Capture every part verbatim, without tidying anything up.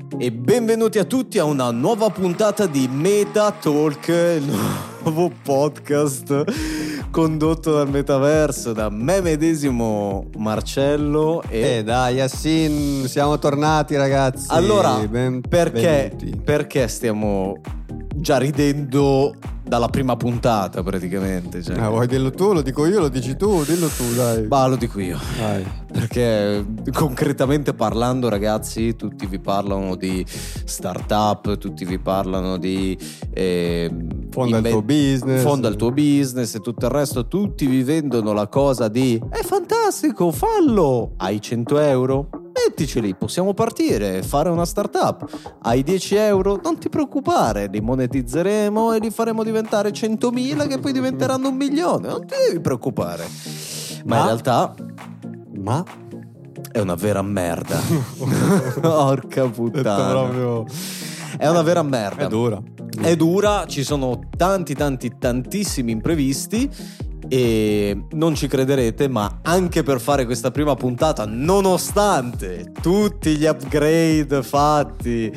E benvenuti a tutti a una nuova puntata di Meta Talk, il nuovo podcast condotto dal metaverso, da me medesimo Marcello e... Eh dai Yassin, siamo tornati ragazzi. Allora, ben, perché, benvenuti. perché stiamo già ridendo dalla prima puntata praticamente, cioè. Ah, vuoi dirlo tu? Lo dico io, lo dici tu? Dillo tu, dai. Bah, lo dico io. Dai. Perché concretamente parlando, ragazzi, tutti vi parlano di startup, tutti vi parlano di eh, Fonda inve- il tuo business. fonda il tuo business e tutto il resto. Tutti vi vendono la cosa di è fantastico, fallo, hai cento euro? Metticeli, possiamo partire, fare una startup. Hai dieci euro? Non ti preoccupare, li monetizzeremo e li faremo diventare centomila che poi diventeranno un milione. Non ti devi preoccupare. Ma, Ma- in realtà Ma? è una vera merda. Porca puttana. Proprio... È una vera merda. È dura. È dura, ci sono tanti tanti tantissimi imprevisti e non ci crederete, ma anche per fare questa prima puntata, nonostante tutti gli upgrade fatti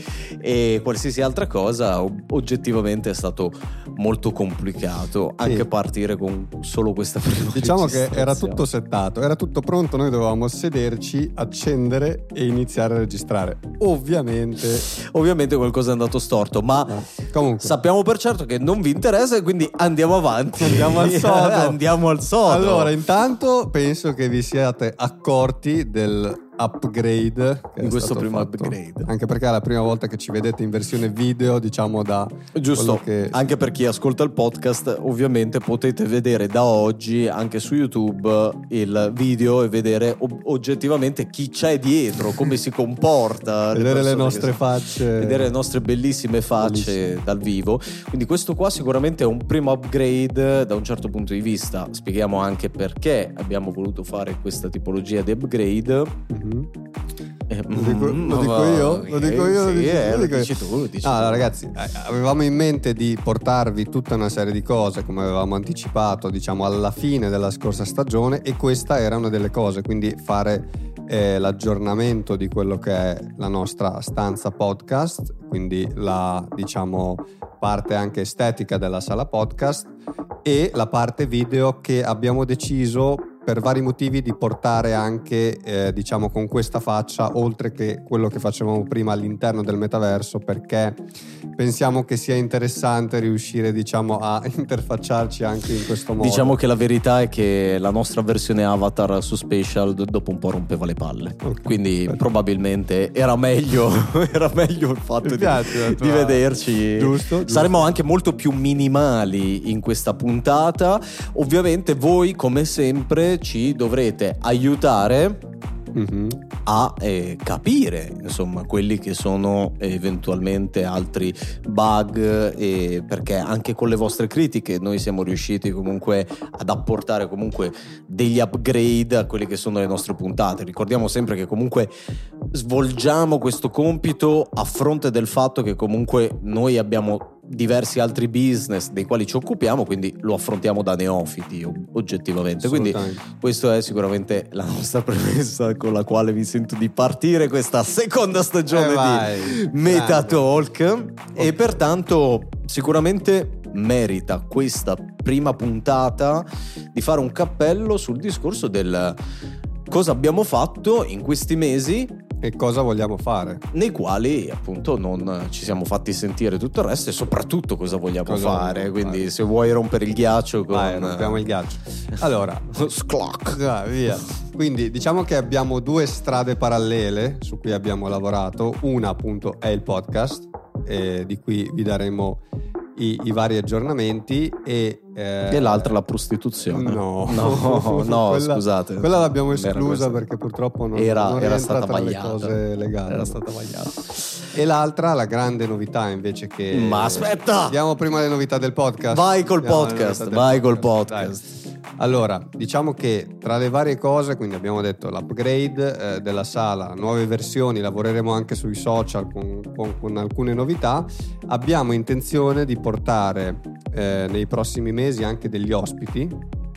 e qualsiasi altra cosa, oggettivamente è stato molto complicato anche Sì. partire con solo questa prima Diciamo che era registrazione. tutto settato, era tutto pronto, noi dovevamo sederci, accendere e iniziare a registrare. Ovviamente. Ovviamente qualcosa è andato storto, ma No. Comunque. sappiamo per certo che non vi interessa e quindi andiamo avanti. Andiamo al sodo. Andiamo al sodo. Allora, intanto penso che vi siate accorti del upgrade che Di è questo stato primo fatto. upgrade. Anche perché è la prima volta che ci vedete in versione video, diciamo da Giusto, quello che... anche per chi ascolta il podcast, ovviamente potete vedere da oggi anche su YouTube il video e vedere ob- oggettivamente chi c'è dietro, come si comporta, vedere le persone nostre che- facce, vedere le nostre bellissime facce Bellissime. dal vivo. Quindi questo qua sicuramente è un primo upgrade da un certo punto di vista. Spieghiamo anche perché abbiamo voluto fare questa tipologia di upgrade. Mhm. Eh, Lo dico, mm, lo dico va- io? Lo dico io? Lo sì, dici, eh, lo lo dico io. dici tu, lo dici No, allora, tu. ragazzi, eh, avevamo in mente di portarvi tutta una serie di cose, come avevamo anticipato, diciamo, alla fine della scorsa stagione, e questa era una delle cose, quindi fare eh, l'aggiornamento di quello che è la nostra stanza podcast, quindi la, diciamo, parte anche estetica della sala podcast e la parte video che abbiamo deciso per vari motivi di portare anche eh, diciamo con questa faccia, oltre che quello che facevamo prima all'interno del metaverso, perché pensiamo che sia interessante riuscire, diciamo, a interfacciarci anche in questo modo. Diciamo che la verità è che la nostra versione avatar su Spatial do- dopo un po' rompeva le palle, Ok, quindi perfetto. probabilmente era meglio era meglio il fatto Mi di, piace la di tua- vederci. Giusto, giusto. Saremo anche molto più minimali in questa puntata. Ovviamente voi, come sempre, ci dovrete aiutare Mhm. a eh, capire insomma quelli che sono eh, eventualmente altri bug, eh, perché anche con le vostre critiche noi siamo riusciti comunque ad apportare comunque degli upgrade a quelle che sono le nostre puntate. Ricordiamo sempre che comunque svolgiamo questo compito a fronte del fatto che comunque noi abbiamo diversi altri business dei quali ci occupiamo, quindi lo affrontiamo da neofiti o- oggettivamente. Quindi Assolutamente. questa è sicuramente la nostra premessa con la quale mi sento di partire questa seconda stagione Eh vai, di Meta grande. Talk e pertanto sicuramente merita questa prima puntata di fare un cappello sul discorso del cosa abbiamo fatto in questi mesi E cosa vogliamo fare? nei quali appunto non ci siamo fatti sentire tutto il resto, e soprattutto cosa vogliamo Cosa fare. vogliamo Quindi fare? se vuoi rompere il ghiaccio con Vai, rompiamo il ghiaccio. Allora, Sclock. dai, via. Quindi diciamo che abbiamo due strade parallele su cui abbiamo lavorato. Una appunto è il podcast, eh, di cui vi daremo i, i vari aggiornamenti, e, eh, E l'altra la prostituzione. No, no, no Quella- scusate. Quella l'abbiamo Era esclusa questa. perché purtroppo non, Era- non era rientra stata tra le vagliata. cose legali. Era stata vagliata. E l'altra, la grande novità invece che... Ma aspetta! Andiamo prima alle novità del podcast. Vai col Andiamo alle podcast, novità del vai col Dai. podcast. Allora, diciamo che tra le varie cose, quindi abbiamo detto l'upgrade eh, della sala, nuove versioni, lavoreremo anche sui social con, con, con alcune novità. Abbiamo intenzione di portare eh, nei prossimi mesi anche degli ospiti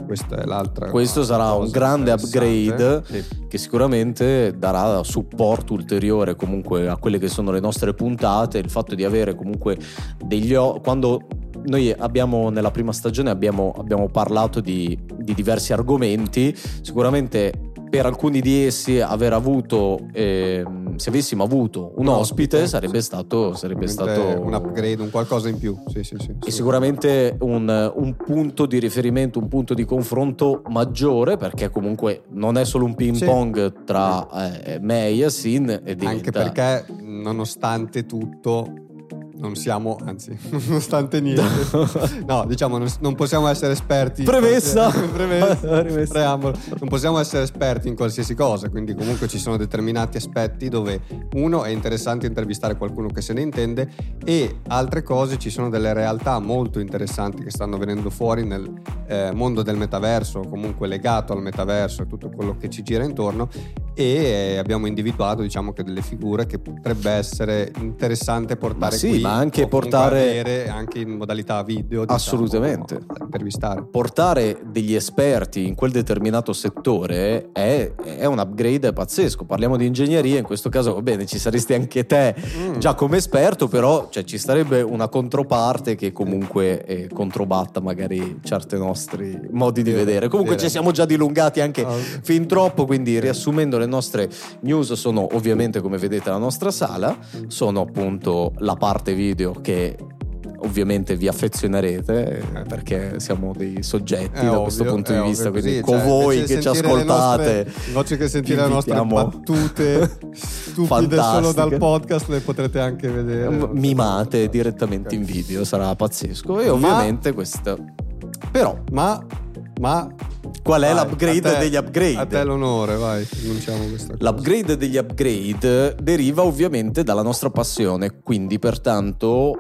Questa è l'altra. Questo sarà un grande upgrade, sì, che sicuramente darà supporto ulteriore comunque a quelle che sono le nostre puntate. Il fatto di avere comunque degli o- quando noi abbiamo nella prima stagione abbiamo, abbiamo parlato di, di diversi argomenti, sicuramente per alcuni di essi aver avuto eh, se avessimo avuto un, un ospite, ospite sarebbe sì. stato sarebbe stato un upgrade, un qualcosa in più, sì, sì, sì, e sicuramente un, un punto di riferimento, un punto di confronto maggiore, perché comunque non è solo un ping pong sì. tra eh, me e Yassin, e diventa... anche perché nonostante tutto non siamo, anzi, nonostante niente, no, diciamo, non, non possiamo essere esperti. Premessa, premessa, preambolo. Non possiamo essere esperti in qualsiasi cosa, quindi comunque ci sono determinati aspetti dove uno è interessante intervistare qualcuno che se ne intende, e altre cose ci sono delle realtà molto interessanti che stanno venendo fuori nel eh, mondo del metaverso, comunque legato al metaverso e tutto quello che ci gira intorno, e abbiamo individuato, diciamo, che delle figure che potrebbe essere interessante portare ma sì, qui, ma anche portare anche in modalità video, diciamo, assolutamente intervistare, portare degli esperti in quel determinato settore è, è un upgrade pazzesco. Parliamo di ingegneria, in questo caso va bene, ci saresti anche te mm. già come esperto, però cioè, ci sarebbe una controparte che comunque eh, controbatta magari certi nostri modi di Dire, vedere. Comunque dire. ci siamo già dilungati anche oh. fin troppo, quindi riassumendo, le nostre news sono ovviamente, come vedete, la nostra sala, sono appunto la parte video che ovviamente vi affezionerete perché siamo dei soggetti è da ovvio, questo punto di vista, ovvio, quindi sì, con cioè, voi che ci ascoltate, invece che sentire le nostre battute stupide solo dal podcast, le potrete anche vedere mimate direttamente in video, sarà pazzesco. E ovviamente ma, questo però ma ma qual è vai, l'upgrade te, degli upgrade? A te l'onore, vai, annunciamo questa cosa. L'upgrade degli upgrade deriva ovviamente dalla nostra passione, quindi pertanto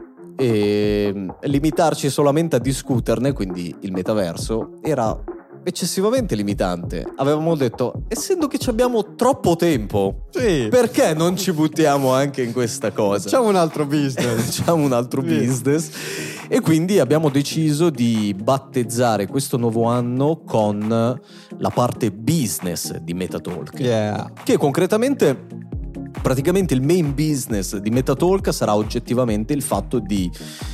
eh, limitarci solamente a discuterne, quindi il metaverso, era eccessivamente limitante. Avevamo detto, essendo che ci abbiamo troppo tempo, sì. perché non ci buttiamo anche in questa cosa? Facciamo un altro business. Facciamo un altro sì. business. E quindi abbiamo deciso di battezzare questo nuovo anno con la parte business di MetaTalk, yeah. che concretamente, praticamente il main business di MetaTalk sarà oggettivamente il fatto di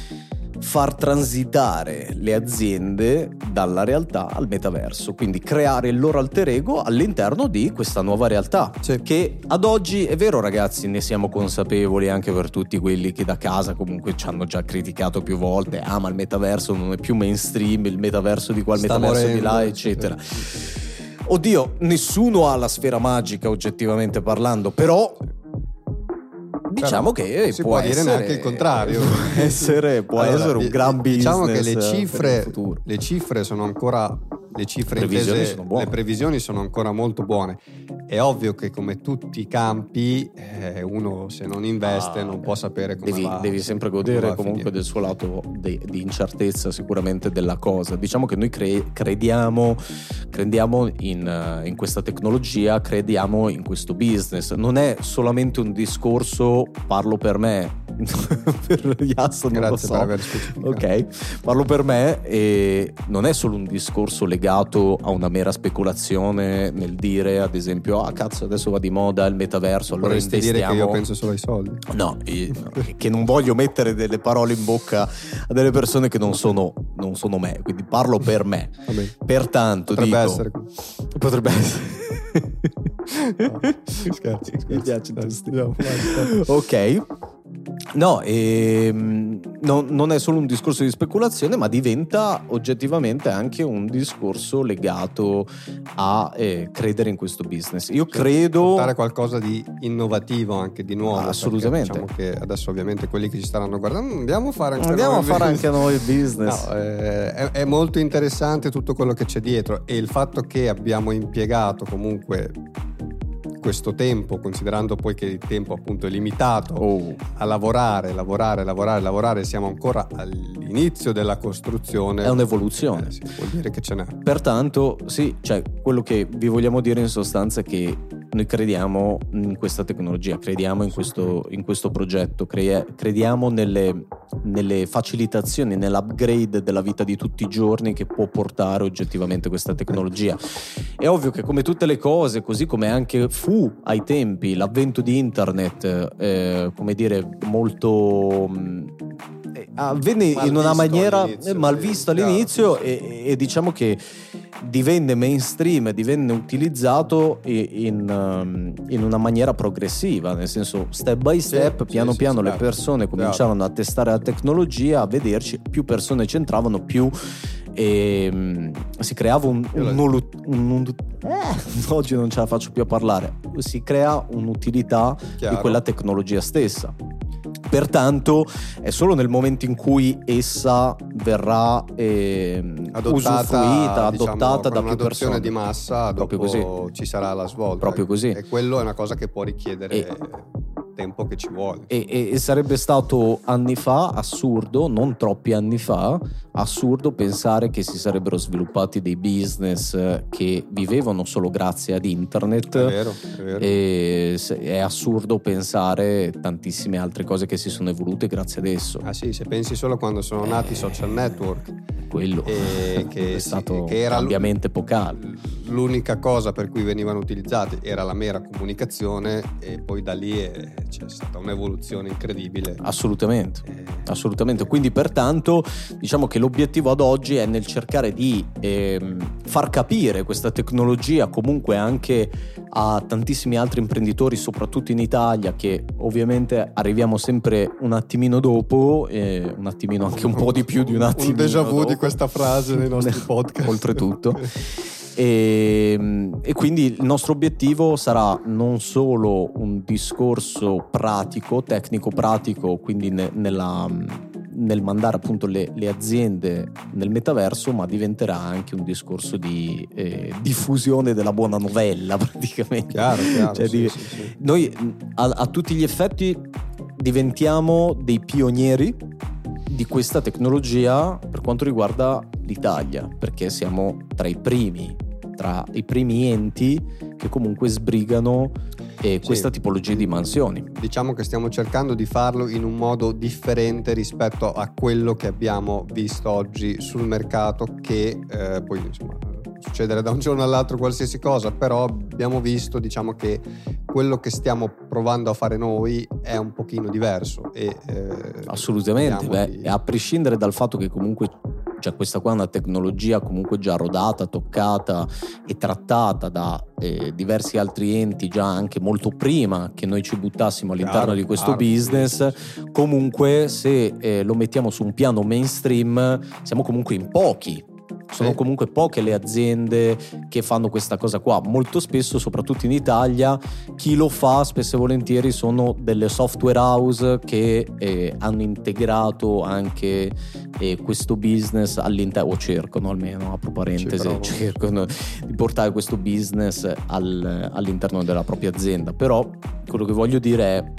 far transitare le aziende dalla realtà al metaverso, quindi creare il loro alter ego all'interno di questa nuova realtà, sì. che ad oggi, è vero ragazzi, ne siamo consapevoli, anche per tutti quelli che da casa comunque ci hanno già criticato più volte, ah ma il metaverso non è più mainstream, il metaverso di qua, il Sta metaverso morendo, di là, eccetera. Oddio, nessuno ha la sfera magica oggettivamente parlando, però diciamo però che si può, può essere, dire neanche il contrario. Può essere, può allora, essere un gran business. Diciamo che le per cifre, il futuro. le cifre sono ancora, le cifre previsioni intese, sono buone. le previsioni sono ancora molto buone. È ovvio che come tutti i campi, eh, uno se non investe ah, non può sapere come devi, va. Devi sempre godere comunque del suo lato di, di incertezza sicuramente della cosa. Diciamo che noi cre- crediamo, crediamo in, in questa tecnologia, crediamo in questo business. Non è solamente un discorso, parlo per me, per Yas, non Grazie lo so. per aver specificato. Ok, parlo per me, e non è solo un discorso legato a una mera speculazione nel dire, ad esempio, ah cazzo adesso va di moda il metaverso, allora vorresti investiamo. dire che io penso solo ai soldi? No, io, che non voglio mettere delle parole in bocca a delle persone che non sono, non sono me, quindi parlo per me. Pertanto potrebbe dico, essere potrebbe essere no, scherzo, scherzo. Mi piace dai, no, ok. No, ehm, no, non è solo un discorso di speculazione, ma diventa oggettivamente anche un discorso legato a eh, credere in questo business. Io credo portare qualcosa di innovativo, anche di nuovo. Assolutamente. Diciamo che adesso ovviamente quelli che ci staranno guardando andiamo a fare anche andiamo noi a fare business. anche noi il business. No, eh, è, è molto interessante tutto quello che c'è dietro, e il fatto che abbiamo impiegato comunque questo tempo, considerando poi che il tempo appunto è limitato, oh. a lavorare, lavorare, lavorare, lavorare, siamo ancora all'inizio della costruzione. È un'evoluzione. Eh, sì, vuol dire che ce n'è. Pertanto, sì, cioè quello che vi vogliamo dire in sostanza è che noi crediamo in questa tecnologia, crediamo in questo, in questo progetto, cre- crediamo nelle nelle facilitazioni, nell'upgrade della vita di tutti i giorni che può portare oggettivamente questa tecnologia. È ovvio che come tutte le cose, così come anche fu ai tempi l'avvento di internet, eh, come dire, molto... Mh, avvenne mal in una maniera mal visto all'inizio, sì, e, e diciamo che divenne mainstream, divenne utilizzato in, in una maniera progressiva, nel senso step by step, sì, piano sì, piano sì, le persone chiaro, cominciarono chiaro. a testare la tecnologia, a vederci, più persone c'entravano, più e, si creava un, un, un, un, un eh, oggi non ce la faccio più a parlare, si crea un'utilità chiaro. di quella tecnologia stessa. Pertanto è solo nel momento in cui essa verrà eh, adottata, usufruita, adottata diciamo, da più persone di massa, proprio dopo così. ci sarà la svolta. Proprio così. E quello è una cosa che può richiedere e, tempo che ci vuole. E, e, e sarebbe stato anni fa assurdo, non troppi anni fa, assurdo pensare che si sarebbero sviluppati dei business che vivevano solo grazie ad internet. È vero, è vero. E è assurdo pensare tantissime altre cose che si sono evolute grazie ad esso. Ah sì, se pensi solo quando sono nati i social network, quello e che, è stato sì, che era cambiamento epocale. L'unica cosa per cui venivano utilizzati era la mera comunicazione, e poi da lì è, c'è stata un'evoluzione incredibile. Assolutamente, eh, assolutamente. Quindi pertanto diciamo che l'obiettivo ad oggi è nel cercare di eh, far capire questa tecnologia comunque anche a tantissimi altri imprenditori, soprattutto in Italia, che ovviamente arriviamo sempre un attimino dopo, eh, un attimino anche un po' di più di un attimino. Un déjà vu dopo. di questa frase nei nostri podcast. Oltretutto. E, e quindi il nostro obiettivo sarà non solo un discorso pratico, tecnico pratico, quindi ne, nella, nel mandare appunto le, le aziende nel metaverso, ma diventerà anche un discorso di eh, diffusione della buona novella, praticamente. Chiaro, chiaro, cioè, sì, di, sì, sì. Noi a, a tutti gli effetti diventiamo dei pionieri di questa tecnologia per quanto riguarda l'Italia, perché siamo tra i primi tra i primi enti che comunque sbrigano eh, questa sì. tipologia di mansioni. Diciamo che stiamo cercando di farlo in un modo differente rispetto a quello che abbiamo visto oggi sul mercato, che eh, poi insomma succedere da un giorno all'altro qualsiasi cosa, però abbiamo visto, diciamo, che quello che stiamo provando a fare noi è un pochino diverso e eh, assolutamente, beh, di... a prescindere dal fatto che comunque cioè questa qua è una tecnologia comunque già rodata, toccata e trattata da eh, diversi altri enti già anche molto prima che noi ci buttassimo all'interno chiaro, di questo chiaro, business, sì. Comunque se eh, lo mettiamo su un piano mainstream siamo comunque in pochi. Sono comunque poche le aziende che fanno questa cosa qua. Molto spesso, soprattutto in Italia, chi lo fa spesso e volentieri sono delle software house che eh, hanno integrato anche eh, questo business all'interno, o cercano almeno, apro parentesi, cercano di portare questo business al, all'interno della propria azienda. Però quello che voglio dire è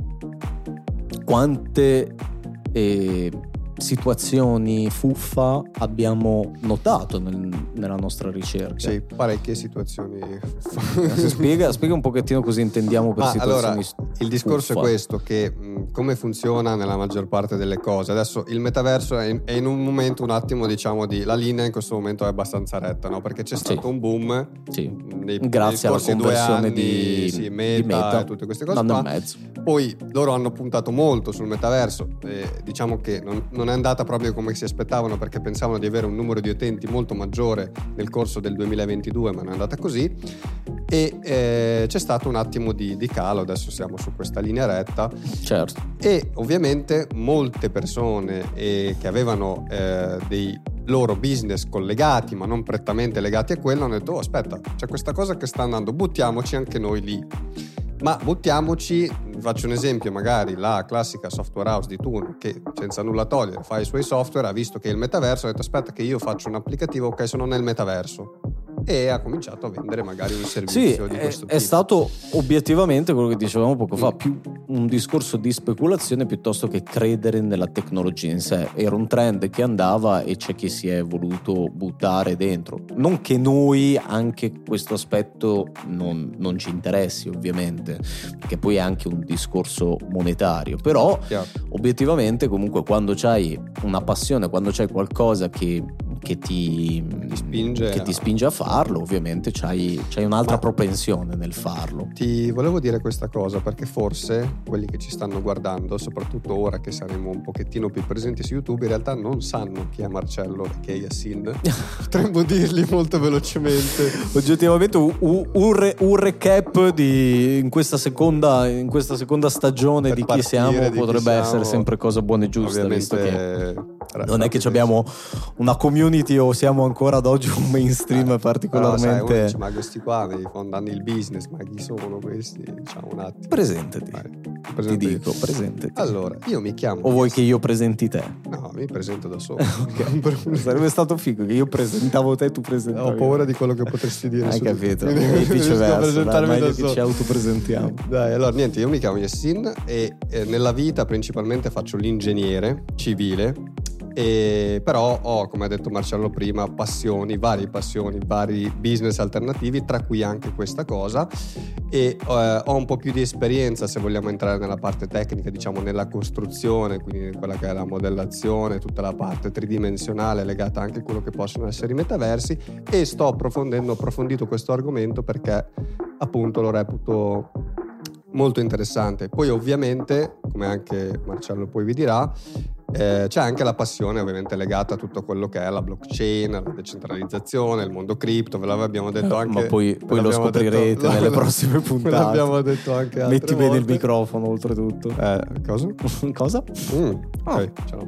quante eh, situazioni fuffa abbiamo notato nel, nella nostra ricerca. Sì, parecchie situazioni spiega, spiega un pochettino cosa intendiamo per Ma situazioni allora, il discorso fuffa. È questo, che mh, come funziona nella maggior parte delle cose. Adesso il metaverso è in, è in un momento un attimo, diciamo, di la linea in questo momento è abbastanza retta, no? Perché c'è stato sì. un boom sì. nei, grazie nei alla conversione anni, di, sì, meta, di Meta e tutte queste cose qua. Mezzo. Poi loro hanno puntato molto sul metaverso e diciamo che non, non è andata proprio come si aspettavano, perché pensavano di avere un numero di utenti molto maggiore nel corso del duemilaventidue, ma non è andata così e eh, c'è stato un attimo di, di calo. Adesso siamo su questa linea retta, certo, e ovviamente molte persone eh, che avevano eh, dei loro business collegati ma non prettamente legati a quello hanno detto: oh, aspetta, c'è questa cosa che sta andando, buttiamoci anche noi lì. Ma buttiamoci, faccio un esempio, magari la classica software house di turno che senza nulla togliere fa i suoi software, ha visto che il metaverso, ha detto: aspetta che io faccio un applicativo, ok, sono nel metaverso, e ha cominciato a vendere magari un servizio sì, di questo è, tipo. È stato obiettivamente quello che dicevamo poco fa, Mm. più un discorso di speculazione piuttosto che credere nella tecnologia in sé. Era un trend che andava e c'è chi si è voluto buttare dentro. Non che noi anche questo aspetto non, non ci interessi, ovviamente, perché poi è anche un discorso monetario, però Chiaro. obiettivamente comunque quando c'hai una passione, quando c'hai qualcosa che, che, ti, Ti spinge che a- ti spinge a farlo, ovviamente c'hai, c'hai un'altra Ma- propensione nel farlo. Ti volevo dire questa cosa perché forse quelli che ci stanno guardando, soprattutto ora che saremo un pochettino più presenti su YouTube, in realtà non sanno chi è Marcello e chi è Yassin. Potremmo dirli molto velocemente. Oggettivamente un, un, re, un recap di, in, questa seconda, in questa seconda stagione Per di chi partire, siamo di chi potrebbe siamo, essere sempre cosa buona e giusta, visto che Ovviamente non è che abbiamo una community o siamo ancora ad oggi un mainstream Eh, particolarmente... Però, sai, uno dice, ma questi qua mi fondano il business, ma chi sono questi? Diciamo un attimo. Presentati. Vai, ti Ti presento io. dico, presentati. Allora, io mi chiamo... O vuoi che io presenti te? No, mi presento da solo. Ok. Sarebbe stato figo che io presentavo te e tu presentavi. Ho paura di quello che potresti dire. Hai su- capito? Quindi E riesco a viceversa, dai, presentarmi meglio da che solo. ci autopresentiamo. Dai, allora niente, io mi chiamo Yassin e eh, nella vita principalmente faccio l'ingegnere civile, e però ho, come ha detto Marcello prima, passioni, varie passioni, vari business alternativi, tra cui anche questa cosa, e eh, ho un po' più di esperienza, se vogliamo entrare nella parte tecnica, diciamo nella costruzione, quindi quella che è la modellazione, tutta la parte tridimensionale legata anche a quello che possono essere i metaversi, e sto approfondendo, ho approfondito questo argomento perché appunto lo reputo molto interessante. Poi ovviamente, come anche Marcello poi vi dirà, eh, c'è anche la passione ovviamente legata a tutto quello che è la blockchain, la decentralizzazione, il mondo cripto, ve l'abbiamo detto anche. Ma poi, ve poi lo l'abbiamo scoprirete detto- nelle prossime Ve puntate. l'abbiamo detto anche altre Metti bene il volte. microfono oltretutto. Eh, cosa? Cosa? Mm, ok, ciao.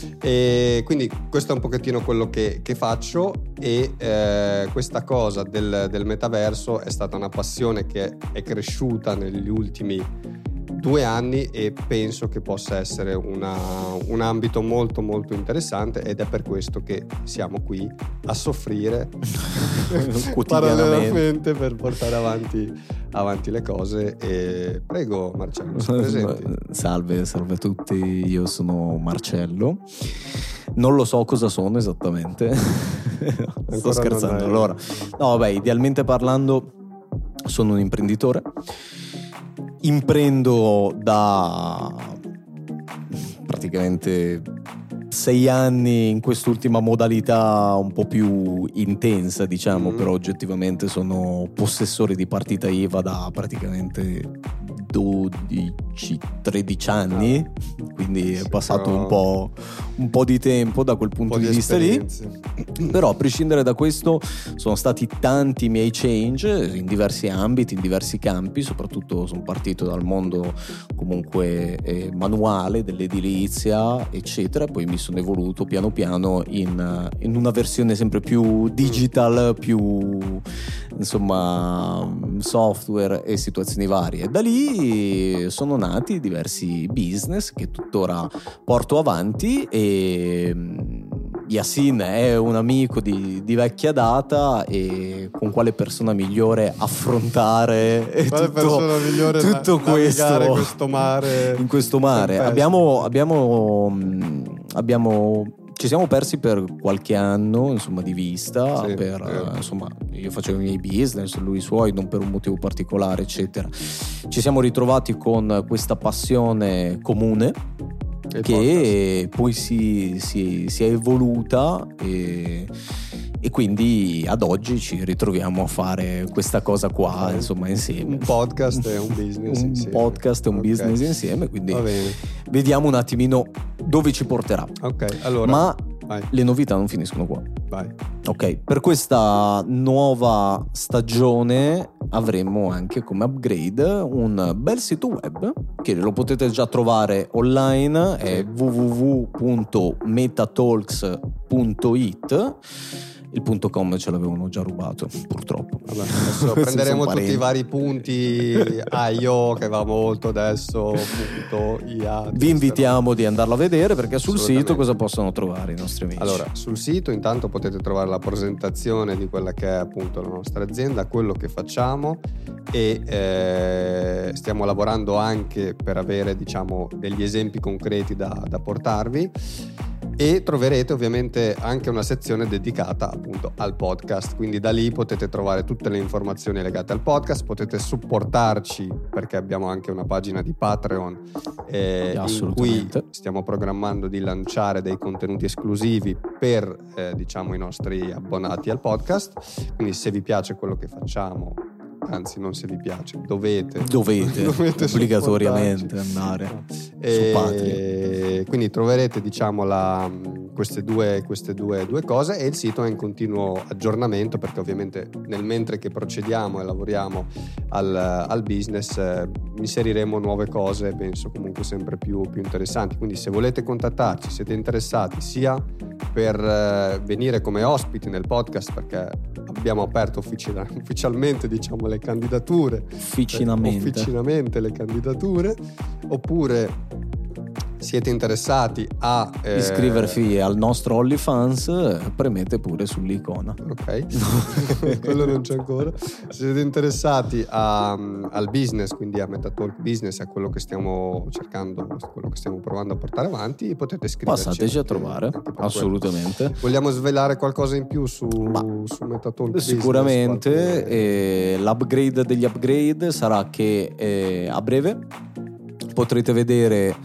E quindi questo è un pochettino quello che, che faccio, e eh, questa cosa del, del metaverso è stata una passione che è cresciuta negli ultimi due anni e penso che possa essere una, un ambito molto molto interessante, ed è per questo che siamo qui a soffrire Quotidianamente. parallelamente per portare avanti, avanti le cose. E prego Marcello, si presenti. Salve, salve a tutti, io sono Marcello. Non lo so cosa sono esattamente. Sto Ancora scherzando. non hai- Allora, no, vabbè, idealmente parlando sono un imprenditore. Imprendo da praticamente sei anni in quest'ultima modalità un po' più intensa, diciamo, Mm. però oggettivamente sono possessore di partita I V A da praticamente dodici tredici anni, quindi è Sì, passato però- un po', un po' di tempo da quel Un punto po' di, di vista lì. esperienze. Però a prescindere da questo sono stati tanti i miei change in diversi ambiti, in diversi campi. Soprattutto sono partito dal mondo comunque eh, manuale dell'edilizia eccetera, poi mi sono evoluto piano piano in, in una versione sempre più digital, più insomma software e situazioni varie. Da lì sono nati diversi business che tuttora porto avanti, e Yassin è un amico di, di vecchia data, e con quale persona migliore affrontare Quale tutto, persona migliore tutto na- navigare questo, questo mare in questo mare. tempesta? Abbiamo, abbiamo, mh, abbiamo ci siamo persi per qualche anno, insomma, di vista. Sì, per, vero. eh, insomma, io facevo i miei business, lui i suoi, non per un motivo particolare, eccetera. Ci siamo ritrovati con questa passione comune E il che poi si, si, si è evoluta, e, e quindi ad oggi ci ritroviamo a fare questa cosa qua, Ok. insomma, insieme. Un podcast e un business Un insieme. podcast e un Ok. business insieme, quindi Va bene. vediamo un attimino dove ci porterà. Ok, allora Ma vai, le novità non finiscono qua. vai. Ok, per questa nuova stagione avremo anche come upgrade un bel sito web che lo potete già trovare online, è w w w punto metatalks punto it, Il punto .com ce l'avevano già rubato, purtroppo. Vabbè, adesso prenderemo tutti i vari punti a io che va molto adesso, punto I A. Vi invitiamo di andarlo a vedere, perché sul sito cosa possono trovare i nostri amici? Allora, sul sito intanto potete trovare la presentazione di quella che è appunto la nostra azienda, quello che facciamo, e eh, stiamo lavorando anche per avere, diciamo, degli esempi concreti da, da portarvi. E troverete ovviamente anche una sezione dedicata appunto al podcast, quindi da lì potete trovare tutte le informazioni legate al podcast, potete supportarci perché abbiamo anche una pagina di Patreon eh, in cui stiamo programmando di lanciare dei contenuti esclusivi per eh, diciamo i nostri abbonati al podcast, quindi se vi piace quello che facciamo, anzi non se vi piace, dovete dovete, dovete obbligatoriamente andare e su Patreon. Quindi troverete diciamo la, queste, due, queste due, due cose, e il sito è in continuo aggiornamento perché ovviamente nel mentre che procediamo e lavoriamo al, al business eh, inseriremo nuove cose, penso comunque sempre più, più interessanti, quindi se volete contattarci, siete interessati sia per eh, venire come ospiti nel podcast, perché abbiamo aperto ufficial- ufficialmente diciamo le candidature ufficinamente. ufficinamente le candidature, oppure siete interessati a eh... iscrivervi al nostro OnlyFans, premete pure sull'icona. Ok, quello non c'è ancora. Se siete interessati a, al business, quindi a MetaTalk Business, a quello che stiamo cercando, quello che stiamo provando a portare avanti, potete scriverci. Passateci a trovare, assolutamente. Quello. Vogliamo svelare qualcosa in più su, su MetaTalk sicuramente, Business? Sicuramente eh, l'upgrade degli upgrade sarà che eh, a breve potrete vedere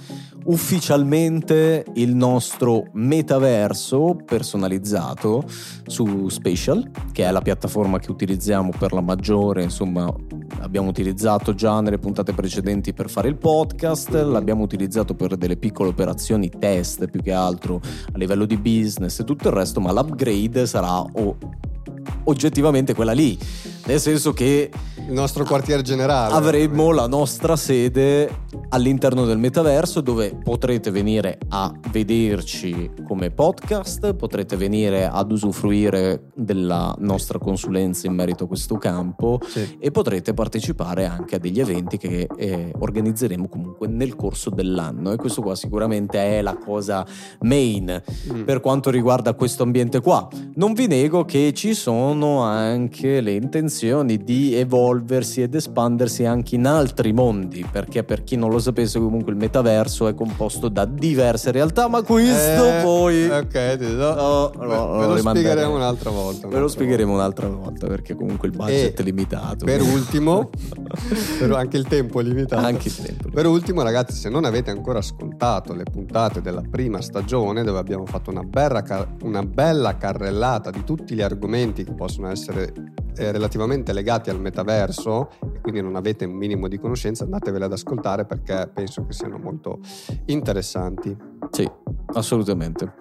ufficialmente il nostro metaverso personalizzato su Spatial, che è la piattaforma che utilizziamo per la maggiore, insomma abbiamo utilizzato già nelle puntate precedenti per fare il podcast, l'abbiamo utilizzato per delle piccole operazioni test più che altro a livello di business e tutto il resto, ma l'upgrade sarà oh, oggettivamente quella lì, nel senso che il nostro quartier generale avremo la nostra sede all'interno del metaverso, dove potrete venire a vederci come podcast, potrete venire ad usufruire della nostra consulenza in merito a questo campo, sì. E potrete partecipare anche a degli eventi che eh, organizzeremo comunque nel corso dell'anno, e questo qua sicuramente è la cosa main mm. per quanto riguarda questo ambiente qua. Non vi nego che ci sono anche le intenzioni di evolversi ed espandersi anche in altri mondi, perché per chi non lo sapesse comunque il metaverso è composto da diverse realtà, ma questo eh, poi ok no, no, no, no, ve lo spiegheremo un'altra volta ve lo spiegheremo un'altra volta perché comunque il budget e è limitato. Per ultimo però anche il tempo è limitato anche il tempo per ultimo, ragazzi, se non avete ancora ascoltato le puntate della prima stagione, dove abbiamo fatto una bella, una bella carrellata di tutti gli argomenti che possono essere eh, relativamente legati al metaverso, e quindi non avete un minimo di conoscenza, andatevele ad ascoltare perché penso che siano molto interessanti. Sì, assolutamente.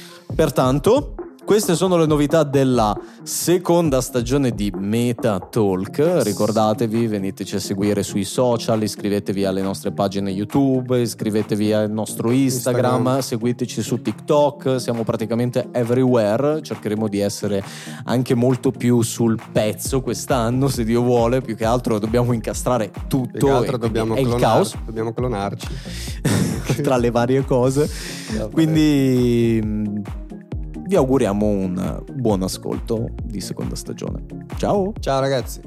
Pertanto queste sono le novità della seconda stagione di MetaTalk. Ricordatevi, veniteci a seguire sui social, iscrivetevi alle nostre pagine YouTube, iscrivetevi al nostro Instagram, Instagram. Seguiteci su TikTok, siamo praticamente everywhere. Cercheremo di essere anche molto più sul pezzo quest'anno, se Dio vuole. Più che altro dobbiamo incastrare tutto, più che altro dobbiamo è clonar, il caos. Dobbiamo clonarci tra le varie cose. Quindi vi auguriamo un buon ascolto di seconda stagione. Ciao! Ciao ragazzi!